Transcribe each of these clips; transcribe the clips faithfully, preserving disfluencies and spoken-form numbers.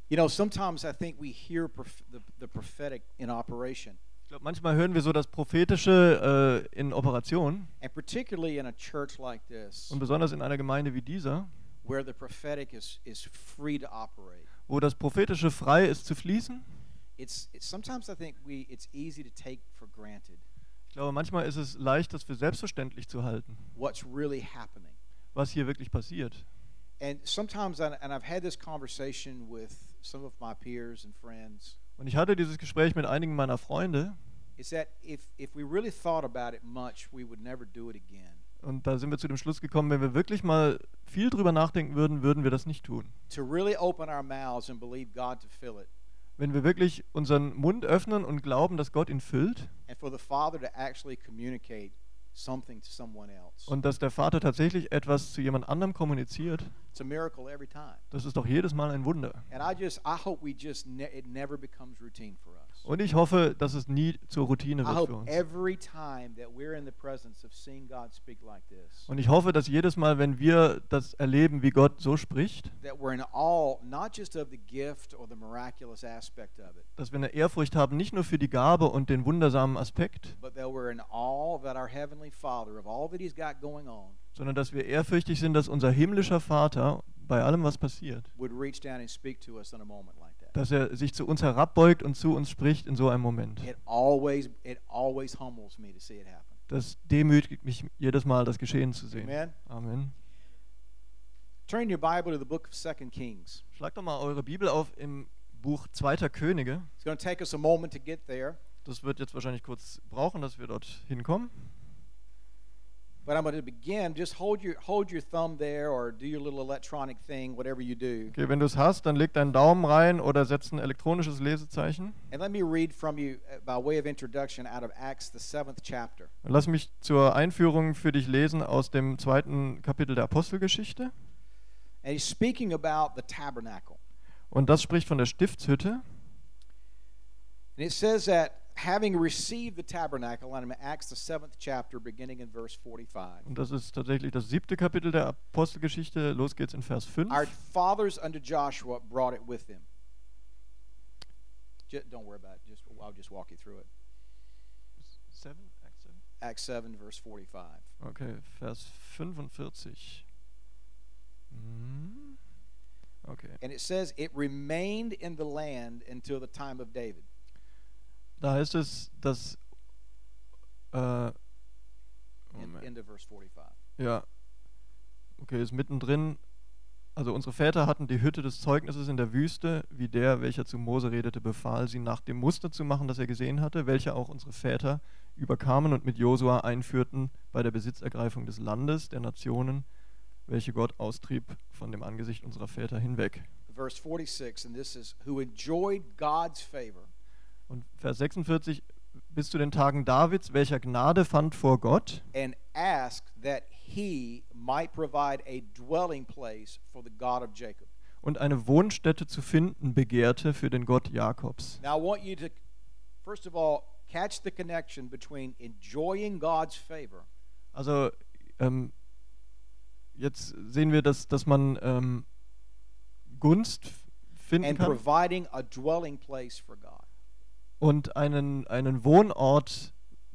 You know, sometimes I think we hear prof- the, the prophetic in operation. Ich glaube, manchmal hören wir so das Prophetische äh, in Operation. And particularly in a church like this, Und besonders in einer Gemeinde wie dieser, where the prophetic is, is free to operate. wo das Prophetische frei ist zu fließen. It's, it's sometimes I think we it's easy to take for granted Ich glaube, manchmal ist es leicht, das für selbstverständlich zu halten, what's really happening. was hier wirklich passiert. And sometimes, I, and I've had this conversation with some of my peers and friends, Und ich hatte dieses Gespräch mit einigen meiner Freunde. is that if, if we really thought about it much, we would never do it again. Und da sind wir zu dem Schluss gekommen, wenn wir wirklich mal viel drüber nachdenken würden, würden wir das nicht tun. To really open our mouths and believe God to fill it, Wenn wir wirklich unseren Mund öffnen und glauben, dass Gott ihn füllt and for the Father to actually communicate something to someone else. und dass der Vater tatsächlich etwas zu jemand anderem kommuniziert, It's a miracle every time. das ist doch jedes Mal ein Wunder. And I just, I hope we just, ne- it never becomes routine for us. Und ich hoffe, dass es nie zur Routine I wird für hope uns. every time that we're in the presence of seeing God speak like this, Und ich hoffe, dass jedes Mal, wenn wir das erleben, wie Gott so spricht, that we're in awe not just of the gift or the miraculous aspect of it, dass wir eine Ehrfurcht haben, nicht nur für die Gabe und den wundersamen Aspekt, but that we're in awe that our Heavenly Father, of all that He's got going on, sondern dass wir ehrfürchtig sind, dass unser himmlischer Vater bei allem, was passiert, would reach down and speak to us in a moment like that. dass er sich zu uns herabbeugt und zu uns spricht in so einem Moment. It always, it always humbles me to see it happen. Das demütigt mich jedes Mal, das geschehen zu sehen. Amen. Amen. Turn your Bible to the book of Second Kings. Schlagt doch mal eure Bibel auf im Buch Zweiter Könige. It's going to take us a moment to get there, Das wird jetzt wahrscheinlich kurz brauchen, dass wir dort hinkommen. but I'm going to begin. Just hold your hold your thumb there, or do your little electronic thing, whatever you do. Okay, wenn du es hast, dann leg deinen Daumen rein oder setz ein elektronisches Lesezeichen. And let me read from you, uh, by way of introduction, out of Acts, the seventh chapter. Und lass mich zur Einführung für dich lesen aus dem zweiten Kapitel der Apostelgeschichte. And he's speaking about the tabernacle. Und das spricht von der Stiftshütte. And it says that having received the tabernacle, and in Acts, the seventh chapter, beginning in verse forty-five. Und das ist tatsächlich das siebte Kapitel der Apostelgeschichte. Los geht's in Vers fünf. Our fathers under Joshua brought it with them. Just, don't worry about it. Just, I'll just walk you through it. Seven? Act seven? Acts seven, verse forty-five. Okay, Vers fünfundvierzig. Mhm. Okay. And it says, it remained in the land until the time of David. Da heißt es, dass äh, In, Moment. into verse forty-five. Ja. Okay, ist mittendrin. Also unsere Väter hatten die Hütte des Zeugnisses in der Wüste, wie der, welcher zu Mose redete, befahl, sie nach dem Muster zu machen, das er gesehen hatte, welche auch unsere Väter überkamen und mit Josua einführten bei der Besitzergreifung des Landes, der Nationen, welche Gott austrieb von dem Angesicht unserer Väter hinweg. Verse forty-six, and this is, who enjoyed God's favor Und Vers sechsundvierzig, bis zu den Tagen Davids, welcher Gnade fand vor Gott and asked that he might provide a dwelling place for the God of Jacob. und eine Wohnstätte zu finden begehrte für den Gott Jakobs. Now I want you to, first of all, catch the connection between enjoying God's favor Also ähm, jetzt sehen wir, dass, dass man ähm, Gunst f- finden and kann providing a dwelling place for God. und einen, einen Wohnort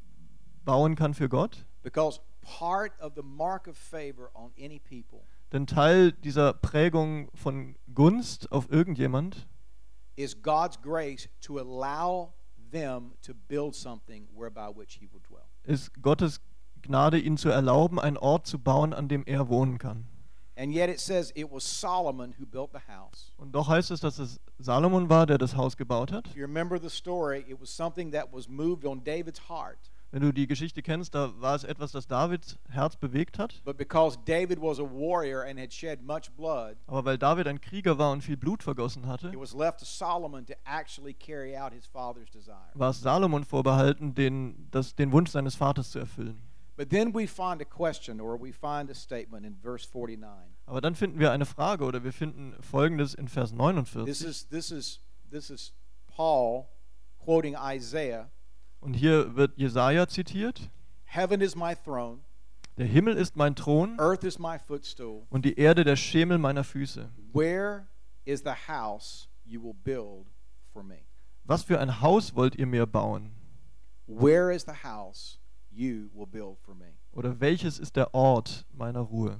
bauen kann für Gott. Because part of the mark of favor on any people Denn Teil dieser Prägung von Gunst auf irgendjemand is God's grace to allow them to build something whereby which he will dwell. ist Gottes Gnade, ihnen zu erlauben, einen Ort zu bauen, an dem er wohnen kann. And yet it says it was Solomon who built the house. Und doch heißt es, dass es Salomon war, der das Haus gebaut hat. If you remember the story, it was something that was moved on David's heart. Wenn du die Geschichte kennst, da war es etwas, das Davids Herz bewegt hat. But because David was a warrior and had shed much blood, Aber weil David ein Krieger war und viel Blut vergossen it hatte, was left to Solomon to actually carry out his father's desire. war es Salomon vorbehalten, den, das, den Wunsch seines Vaters zu erfüllen. But then we find a question, or we find a statement in verse forty-nine. Aber dann finden wir eine Frage oder wir finden Folgendes in Vers This neunundvierzig. is this is this is Paul quoting Isaiah. Und hier wird Jesaja zitiert. Heaven is my throne, Der Himmel ist mein Thron earth is my footstool. und die Erde der Schemel meiner Füße. Where is the house you will build for me? Was für ein Haus wollt ihr mir bauen? Where is the house you will build for me? Oder welches ist der Ort meiner Ruhe?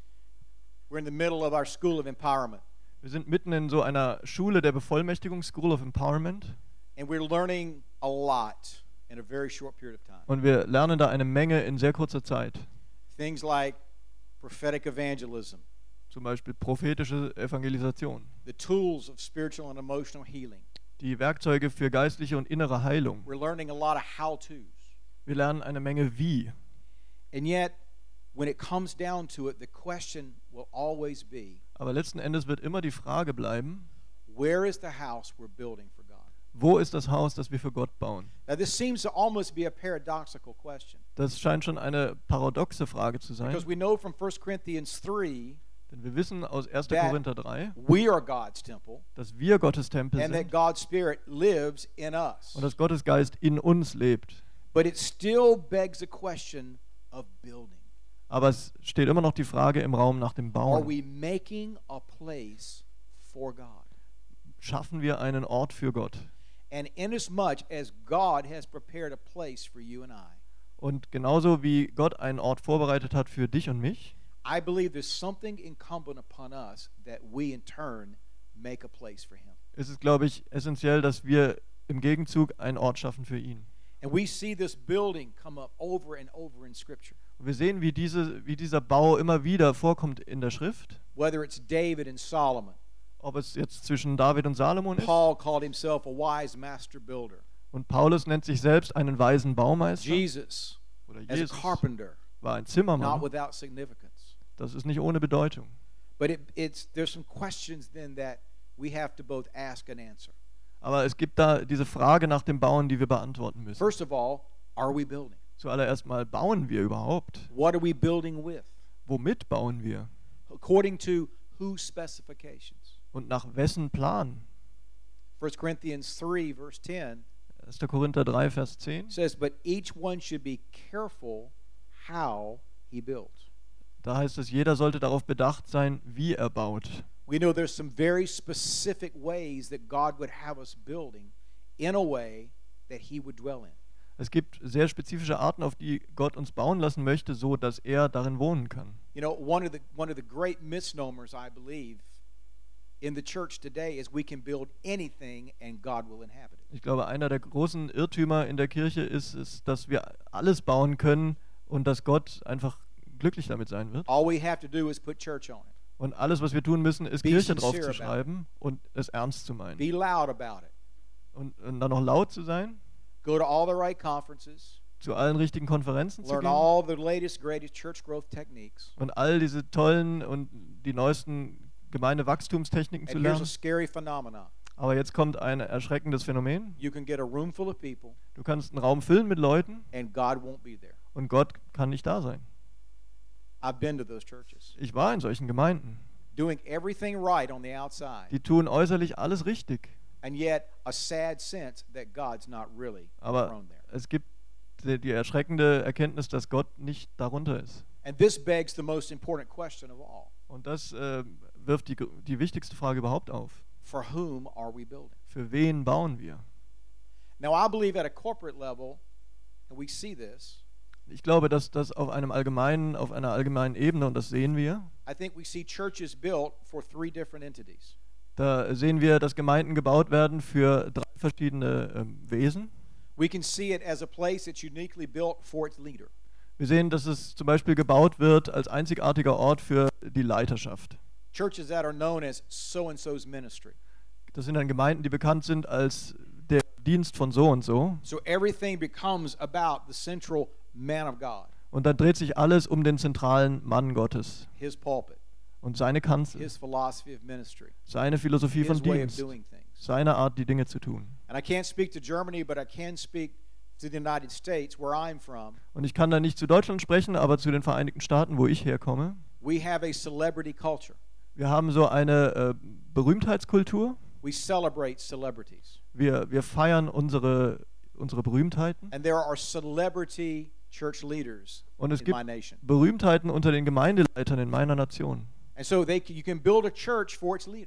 We're in the middle of our School of Empowerment, Wir sind mitten in so einer Schule der Bevollmächtigung, School of Empowerment, and we're learning a lot in a very short period of time. und wir lernen da eine Menge in sehr kurzer Zeit. Things like prophetic evangelism, Zum Beispiel prophetische Evangelisation, the tools of spiritual and emotional healing. die Werkzeuge für geistliche und innere Heilung. We're learning a lot of how-tos. Wir lernen eine Menge wie. And yet, when it comes down to it, the question will always be, Aber letzten Endes wird immer die Frage bleiben, where is the house we're building for God? wo ist das Haus, das wir für Gott bauen? Now, this seems to almost be a paradoxical question, Das scheint schon eine paradoxe Frage zu sein, because we know from First Corinthians three denn wir wissen aus erster That- Korinther drei, we are God's temple dass wir Gottes Tempel and that sind God's Spirit lives in us. und dass Gottes Geist in uns lebt. But it still begs the question of building. Aber es steht immer noch die Frage im Raum nach dem Are Bauen. we making a place for God? Schaffen wir einen Ort für Gott? And inasmuch as God has prepared a place for you and I, Und genauso wie Gott einen Ort vorbereitet hat für dich und mich, I believe there's something incumbent upon us that we in turn make a place for Him. ist es, glaube ich, essentiell, dass wir im Gegenzug einen Ort schaffen für ihn. And we see this building come up over and over in Scripture. Und wir sehen, wie, diese, wie dieser Bau immer wieder vorkommt in der Schrift. Whether it's David and Solomon, Ob es jetzt zwischen David und Salomon ist. Paul called himself a wise master builder. Und Paulus nennt sich selbst einen weisen Baumeister. Jesus, Oder as Jesus a carpenter, war ein not Zimmermann. without significance. Das ist nicht ohne Bedeutung. But it, it's there's some questions then that we have to both ask and answer. Aber es gibt da diese Frage nach dem Bauen, die wir beantworten müssen. First of all, are we building? Zuallererst mal, bauen wir überhaupt? What are we building with? Womit bauen wir? According to whose specifications? Und nach wessen Plan? First Corinthians three, verse ten erster Korinther drei, Vers zehn. says, but each one should be careful how he builds. Da heißt es, jeder sollte darauf bedacht sein, wie er baut. We know there's some very specific ways that God would have us building in a way that he would dwell in. Es gibt sehr spezifische Arten, auf die Gott uns bauen lassen möchte, so dass er darin wohnen kann. You know, one of the one of the great misnomers, I believe, in the church today is we can build anything and God will inhabit it. Ich glaube, einer der großen Irrtümer in der Kirche ist, ist, dass wir alles bauen können und dass Gott einfach glücklich damit sein wird. All we have to do is put church on it. Und alles, was wir tun müssen, ist Be Kirche sincere drauf zu about schreiben und es ernst zu meinen. Be loud about it. Und, und dann noch laut zu sein, Go to all the right conferences. zu allen richtigen Konferenzen zu Learn gehen all the latest, greatest church growth techniques. und all diese tollen und die neuesten Gemeindewachstumstechniken zu And here's a lernen. scary phenomenon. Aber jetzt kommt ein erschreckendes Phänomen. You can get a room full of people Du kannst einen Raum füllen mit Leuten and God won't be there. und Gott kann nicht da sein. I've been to those churches. Ich war in solchen Gemeinden. Doing everything right on the outside. Die tun äußerlich alles richtig. And yet a sad sense that God's not really Aber thrown there. es gibt die, die erschreckende Erkenntnis, dass Gott nicht darunter ist. And this begs the most important question of all. Und das äh, wirft die, die wichtigste Frage überhaupt auf. For whom are we building? Für wen bauen wir? Now I believe at a corporate level, and we see this, Ich glaube, dass das auf einem allgemeinen, auf einer allgemeinen Ebene, und das sehen wir, I think we see churches built for three different entities. da sehen wir, dass Gemeinden gebaut werden für drei verschiedene ähm, Wesen. We can see it as a place that's uniquely built for its leader. Wir sehen, dass es zum Beispiel gebaut wird als einzigartiger Ort für die Leiterschaft. Churches that are known as so-and-so's ministry. Das sind dann Gemeinden, die bekannt sind als der Dienst von so und so. So everything becomes about the central man of God, Und dann dreht sich alles um den zentralen Mann Gottes his pulpit, und seine Kanzel, his philosophy of ministry, seine Philosophie von his way of Dienst, doing things. seine Art, die Dinge zu tun. And I can't speak to Germany, but I can speak to the United States, where I'm from. Und ich kann da nicht zu Deutschland sprechen, aber zu den Vereinigten Staaten, wo ich herkomme. We have a celebrity culture. Wir haben so eine äh, Berühmtheitskultur. We celebrate celebrities. Wir, wir feiern unsere, unsere Berühmtheiten. And there are celebrity church leaders Und es in gibt my nation. Berühmtheiten unter den Gemeindeleitern in meiner Nation. And so they, you can build a church for its leader.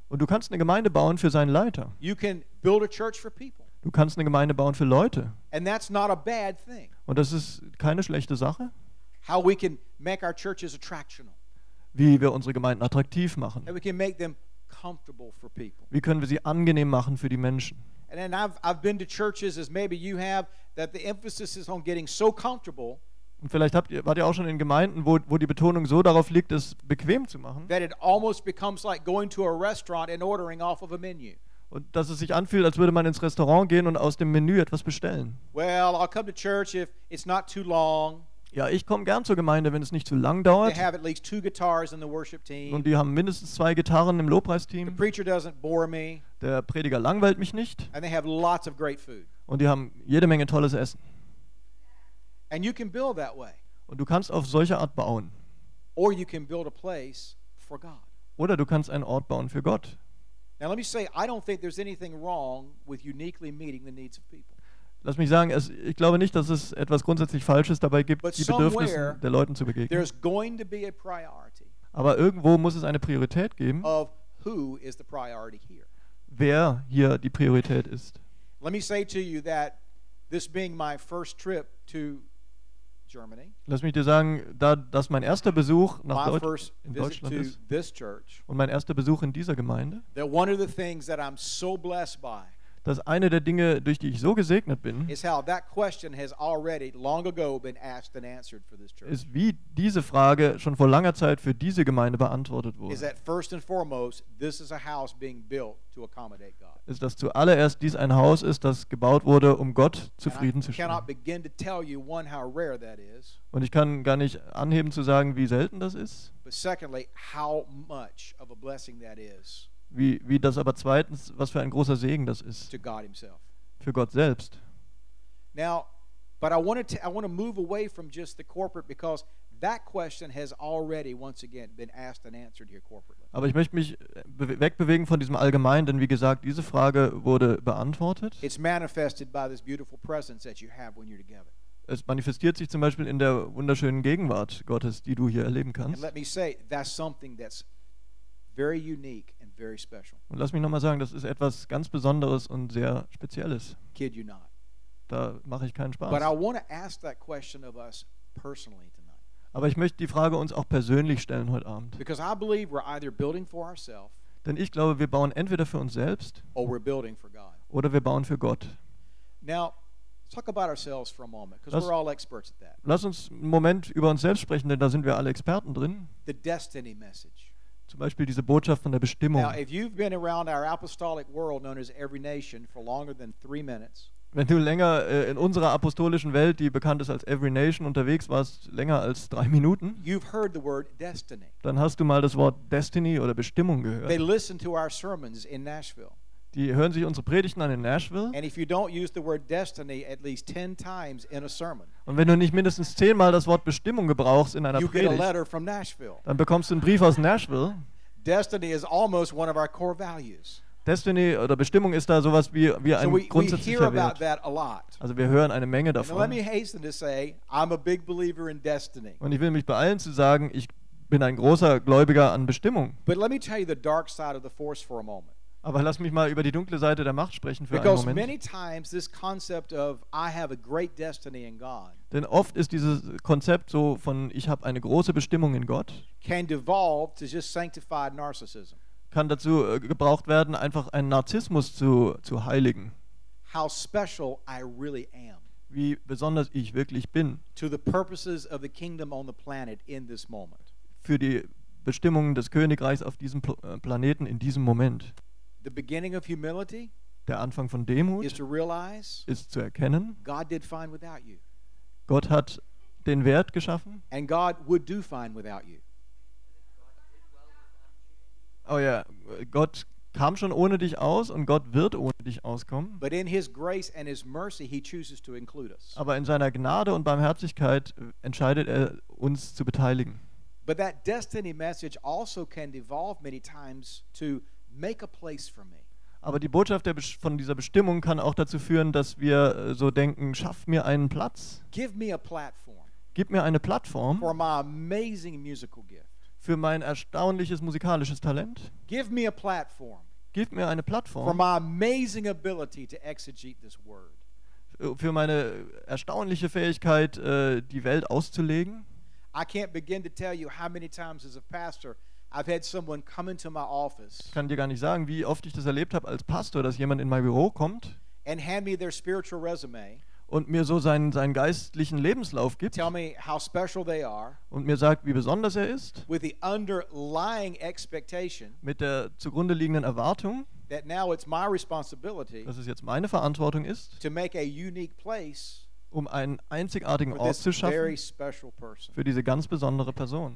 Und du kannst eine Gemeinde bauen für seinen Leiter. You can build a church for people. Du kannst eine Gemeinde bauen für Leute. And that's not a bad thing. Und das ist keine schlechte Sache, How we can make our churches attractional. wie wir unsere Gemeinden attraktiv machen. And we can make them comfortable for people. Wie können wir sie angenehm machen für die Menschen? And then I've, I've been to churches, as maybe you have, that the emphasis is on getting so comfortable Und vielleicht habt ihr, wart ihr auch schon in Gemeinden, wo, wo die Betonung so darauf liegt, es bequem zu machen. that it almost becomes like going to a restaurant and ordering off of a menu. Und dass es sich anfühlt, als würde man ins Restaurant gehen und aus dem Menü etwas bestellen. Well, I'll come to church if it's not too long. Ja, ich komme gern zur Gemeinde, wenn es nicht zu lang dauert. They have at least two guitars in the worship team. Und die haben mindestens zwei Gitarren im The Lobpreisteam. preacher doesn't bore me. Der Prediger langweilt mich nicht. And they have lots of great food. Und die haben jede Menge tolles Essen. And you can build that way. Und du kannst auf solche Art bauen. Or you can build a place for God. Oder du kannst einen Ort bauen für Gott. Now, let me say, I don't think there's anything wrong with uniquely meeting the needs of people. Lass mich sagen, es, ich glaube nicht, dass es etwas grundsätzlich Falsches dabei gibt, But die somewhere Bedürfnissen der Leuten zu begegnen. There's going to be a priority Aber irgendwo muss es eine Priorität geben, of who is the priority here. wer hier die Priorität ist. Let me say to you that this being my first trip to Germany, Lass mich dir sagen, da das mein erster Besuch nach my Deut first in visit Deutschland to ist this church, und mein erster Besuch in dieser Gemeinde, that one of the things that I'm so blessed by dass eine der Dinge, durch die ich so gesegnet bin, is how that question has already long ago been asked and answered for this church. ist, wie diese Frage schon vor langer Zeit für diese Gemeinde beantwortet Is wurde. that first and foremost, this is a house being built to accommodate God. Ist, dass zuallererst dies ein Haus ist, das gebaut wurde, um Gott And I zufriedenzustellen. cannot begin to tell you, one, how rare that is, Und ich kann gar nicht anheben zu sagen, wie selten das ist, but secondly, how much of a blessing that is wie, wie das aber zweitens, was für ein großer Segen das ist to God Himself. für Gott selbst. Now, but I want to I want to move away from just the corporate because that question has already once again been asked and answered here corporately. Aber ich möchte mich be- wegbewegen von diesem Allgemeinen, denn wie gesagt, diese Frage wurde beantwortet. It's manifested by this beautiful presence that you have when you're together. Es manifestiert sich zum Beispiel in der wunderschönen Gegenwart Gottes, die du hier erleben And kannst. let me say, that's something that's very unique and very special. Und lass mich nochmal sagen, das ist etwas ganz Besonderes und sehr Spezielles. Kid you not. Da mache ich keinen But I Spaß. want to ask that question of us personally tonight. Aber ich möchte die Frage uns auch persönlich stellen heute Abend. Because I believe we're either building for ourselves Denn ich glaube, wir bauen entweder für uns selbst or we're building for God. oder wir bauen für Gott. Now, let's talk about ourselves for a moment because Lass- we're all experts at that. Lass uns einen Moment über uns selbst sprechen, denn da sind wir alle Experten drin. The destiny message. Zum Beispiel diese Botschaft von der Bestimmung. Now, if you've been around our apostolic world known as every nation for longer than three minutes, Wenn du länger äh, in unserer apostolischen Welt, die bekannt ist als Every Nation, unterwegs warst, länger als drei Minuten, you've heard the word destiny. dann hast du mal das Wort Destiny oder Bestimmung They gehört. listen to our sermons in Nashville. Die hören sich unsere Predigten an in Nashville. And if you don't use the word destiny at least ten times in a sermon, Und wenn du nicht mindestens zehnmal das Wort Bestimmung gebrauchst in einer you get a Predigt, letter from Nashville. dann bekommst du einen Brief aus Nashville. Destiny is almost one of our core values. Destiny oder Bestimmung ist da sowas wie, wie So ein we, we hear grundsätzlicher about Wert. that a lot. Also wir hören eine Menge Now let davon. me hasten to say, I'm a big believer in destiny. Und ich will mich beeilen zu sagen, ich bin ein großer Gläubiger an Bestimmung. But let me tell you the dark side of the force for a moment. Aber lass mich mal über die dunkle Seite der Macht sprechen für einen Because Moment. many times this concept of I have a great destiny in God Denn oft ist dieses Konzept so von ich habe eine große Bestimmung in Gott, can devolve to just sanctified narcissism. kann dazu äh, gebraucht werden, einfach einen Narzissmus zu, zu heiligen. How special I really am Wie besonders ich wirklich bin to the purposes of the kingdom on the planet in this moment. für die Bestimmungen des Königreichs auf diesem Pl äh, Planeten in diesem Moment. The beginning of humility Der Anfang von is Demut to realize ist zu erkennen, God did fine without you. Gott hat den Wert geschaffen. And God would do fine without you. Oh ja, Gott kam schon ohne dich aus und Gott wird ohne dich auskommen. But in His grace and His mercy, He chooses to include us. Aber in seiner Gnade und Barmherzigkeit äh, entscheidet er, uns zu beteiligen. But that destiny message also can devolve many times to make a place for me. Aber die Botschaft der, Bes- von dieser Bestimmung kann auch dazu führen, dass wir äh, so denken, schaff mir einen Platz, Give me a platform gib mir eine Plattform for my amazing musical gift. für mein erstaunliches musikalisches Talent. Give me a platform Gib mir eine for Plattform my amazing ability to exegete this word. für meine erstaunliche Fähigkeit, äh, die Welt auszulegen. I can't begin to tell you how many times as a pastor I've had someone come into my office Ich kann dir gar nicht sagen, wie oft ich das erlebt habe als Pastor, dass jemand in mein Büro kommt and hand me their spiritual resume, und mir so seinen, seinen geistlichen Lebenslauf gibt tell me how special they are, und mir sagt, wie besonders er ist, with the underlying expectation mit der zugrunde liegenden Erwartung, that now it's my responsibility dass es jetzt meine Verantwortung ist, to make a unique place um einen einzigartigen for Ort this zu very schaffen special person. für diese ganz besondere Person.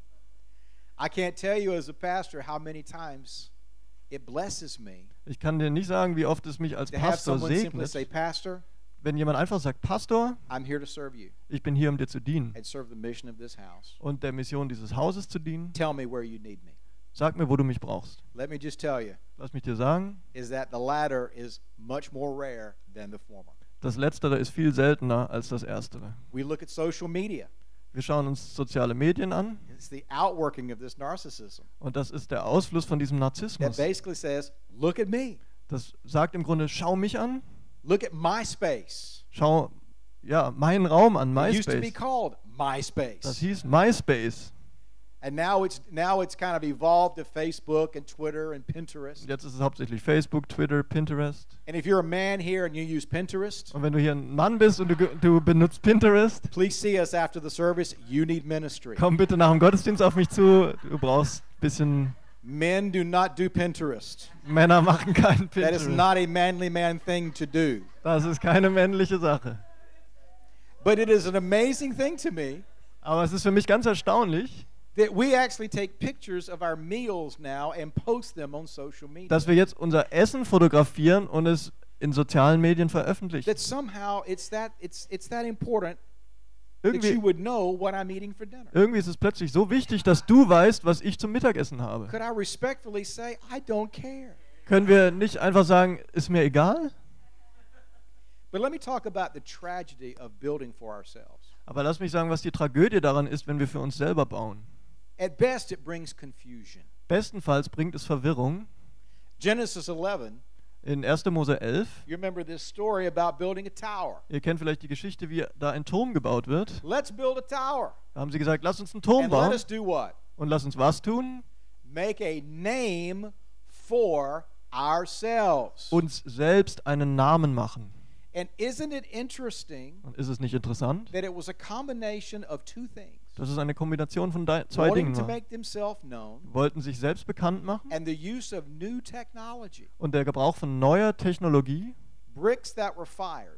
I can't tell you as a pastor how many times it blesses me Ich kann dir nicht sagen, wie oft es mich als to have Pastor someone simply say, segnet, Pastor, wenn jemand einfach sagt, Pastor, I'm here to serve you ich bin hier, um dir zu dienen and serve the mission of this house. und der Mission dieses Hauses zu dienen. Tell me where you need me. Sag mir, wo du mich brauchst. Let me just tell you, Lass mich dir sagen, is that the latter is much more rare than the former. das Letztere ist viel seltener als das Erstere. We look at social media. Wir schauen uns soziale Medien an It's the outworking of this narcissism und das ist der Ausfluss von diesem that Narzissmus. basically says, look at me. Das sagt im Grunde, schau mich an, Look at MySpace. schau ja, meinen Raum an, It used to be MySpace. called Das MySpace. hieß MySpace. And now it's now it's kind of evolved to Facebook and Twitter and Pinterest. Jetzt ist es hauptsächlich Facebook, Twitter, Pinterest. And if you're a man here and you use Pinterest, Und wenn du hier ein Mann bist und du, ge- du benutzt Pinterest, please see us after the service. You need ministry. komm bitte nach dem Gottesdienst auf mich zu. Du brauchst ein bisschen... Men do not do Pinterest. Männer machen kein That is Pinterest. not a manly man thing to do. Das ist keine männliche Sache. But it is an amazing thing to me Aber es ist für mich ganz erstaunlich, that we actually take pictures of our meals now and post them on social media. dass wir jetzt unser Essen fotografieren und es in sozialen Medien veröffentlichen. That somehow it's that it's it's that important that you Irgendwie, would know what I'm eating for dinner. irgendwie ist es plötzlich so wichtig, dass du weißt, was ich zum Mittagessen habe. Could I respectfully say I don't care? Können wir nicht einfach sagen, ist mir egal? But let me talk about the tragedy of building for ourselves. Aber lass mich sagen, was die Tragödie daran ist, wenn wir für uns selber bauen. At best it brings confusion. Bestenfalls bringt es Verwirrung. Genesis eleven, In erster Mose elf, you remember this story about building a tower. ihr kennt vielleicht die Geschichte, wie da ein Turm gebaut wird. Let's build a tower. Da haben sie gesagt, lass uns einen Turm And let bauen us do what? und lass uns was tun? Make a name for ourselves. Uns selbst einen Namen machen. And isn't it interesting Und ist es nicht interessant? that it was a combination of two things? Dass es eine Kombination von dei- zwei Wanting Dingen to war. make themselves known Wollten sich selbst bekannt machen and the use of new technology. und der Gebrauch von neuer Technologie, Bricks that were fired.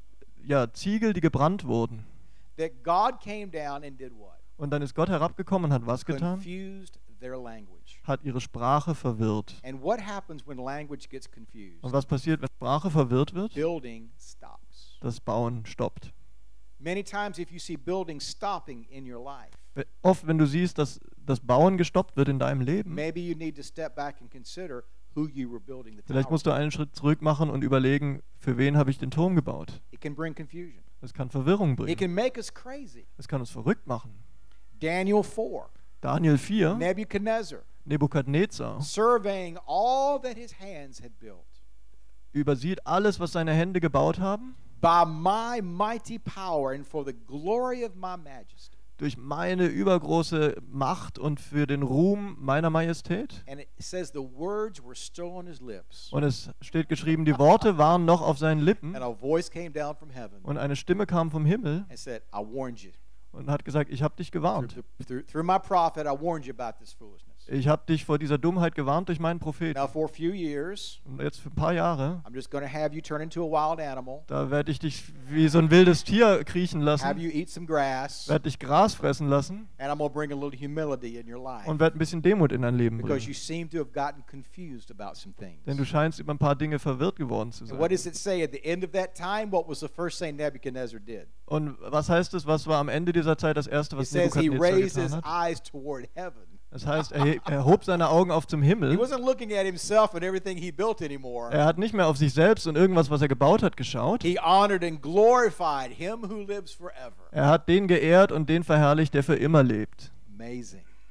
ja, Ziegel, die gebrannt wurden. That God came down and did what? Und dann ist Gott herabgekommen und hat was getan? Confused their language. Hat ihre Sprache verwirrt. And what happens when language gets confused? Und was passiert, wenn Sprache verwirrt wird? Building stops. Das Bauen stoppt. Many times if you see building stopping in your life, Oft, wenn du siehst, dass das Bauen gestoppt wird in deinem Leben, maybe you need to step back and consider who you were building the vielleicht tower. musst du einen Schritt zurück machen und überlegen, für wen habe ich den Turm gebaut? It can bring confusion. Das kann Verwirrung It bringen. can make us crazy. Das kann uns verrückt machen. Daniel four, Daniel vier, Nebuchadnezzar, Nebukadnezar, surveying all that his hands had built. übersieht alles, was seine Hände gebaut haben. By my mighty power and for the glory of my majesty. Durch meine übergroße Macht und für den Ruhm meiner Majestät. And it says the words were still on his lips. Und es steht geschrieben, die Worte waren noch auf seinen Lippen. And a voice came down from heaven Und eine Stimme kam vom Himmel and said, I warned you. und hat gesagt, ich habe dich gewarnt. Through, through, through my prophet, I warned you about this foolishness. Ich habe dich vor dieser Dummheit gewarnt durch meinen Propheten. Now, for a few years, Und jetzt für ein paar Jahre, I'm just going to have you turn into a wild animal, da werde ich dich wie so ein wildes Tier kriechen have lassen, you eat some grass, werde dich Gras fressen lassen and I'm going to bring a little humility in your life und werde ein bisschen Demut in dein Leben because bringen. you seem to have gotten confused about some things. Denn du scheinst über ein paar Dinge verwirrt geworden zu And sein. what does it say at the end of that time? What was the first thing Nebuchadnezzar did? Und was heißt es, was war am Ende dieser Zeit das Erste, It was says he Nebukadnezar raised his getan hat? eyes toward heaven. Das heißt, er, he- er hob seine Augen auf zum He Himmel. wasn't looking at himself and everything he built anymore. Er hat nicht mehr auf sich selbst und irgendwas, was er gebaut hat, geschaut. He honored and glorified him who lives forever. Er hat den geehrt und den verherrlicht, der für immer lebt. Amazing.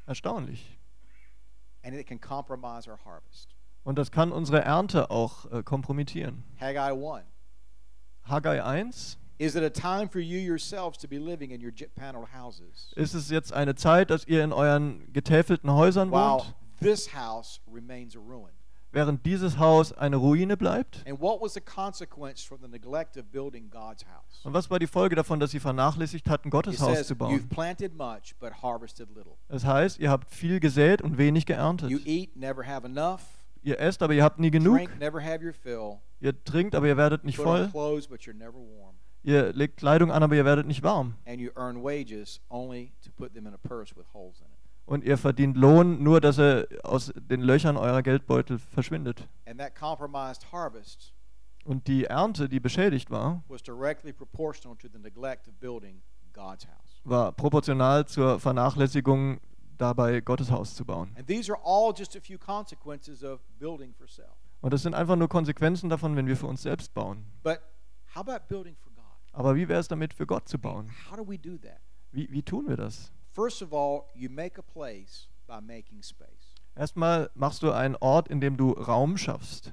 Erstaunlich. And it can compromise our harvest. Und das kann unsere Ernte auch äh, kompromittieren. Haggai one. Haggai eins. Is it a time for you yourselves to be living in your jet-paneled houses? Ist es jetzt eine Zeit, dass ihr in euren getäfelten Häusern While wohnt, this house remains a ruin. während dieses Haus eine Ruine bleibt? And what was the consequence from the neglect of building God's house? Und was war die Folge davon, dass sie vernachlässigt hatten, It Gottes Haus says, zu you've bauen? planted much, but harvested little. Das heißt, ihr habt viel gesät und wenig geerntet. You eat, never have enough. Ihr esst, aber ihr habt nie genug. Drink, never have your fill. Ihr trinkt, aber ihr werdet nicht Put on voll. clothes, but you're never warm. Ihr legt Kleidung an, aber ihr werdet nicht warm. And you earn wages only to put them in a purse with holes in it. Und ihr verdient Lohn, nur dass er aus den Löchern eurer Geldbeutel verschwindet. And that compromised harvest Und die Ernte, die beschädigt war, was directly proportional to the neglect of building God's house. war proportional zur Vernachlässigung dabei, Gottes Haus zu bauen. And these are all just a few consequences of building for self. Und das sind einfach nur Konsequenzen davon, wenn wir für uns selbst bauen. But how about building for God? Aber wie wäre es damit, für Gott zu bauen? How do we do that? Wie, wie tun wir das? First of all, you make a place by making space. Erstmal machst du einen Ort, in dem du Raum schaffst.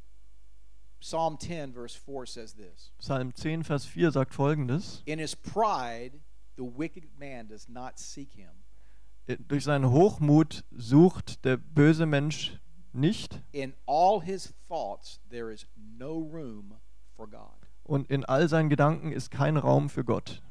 Psalm ten, verse four says this. Psalm zehn, Vers vier sagt Folgendes. In his pride, the wicked man does not seek him. Durch seinen Hochmut sucht der böse Mensch nicht, In all his thoughts, there is no room for God. und in all seinen Gedanken ist kein Raum für Gott.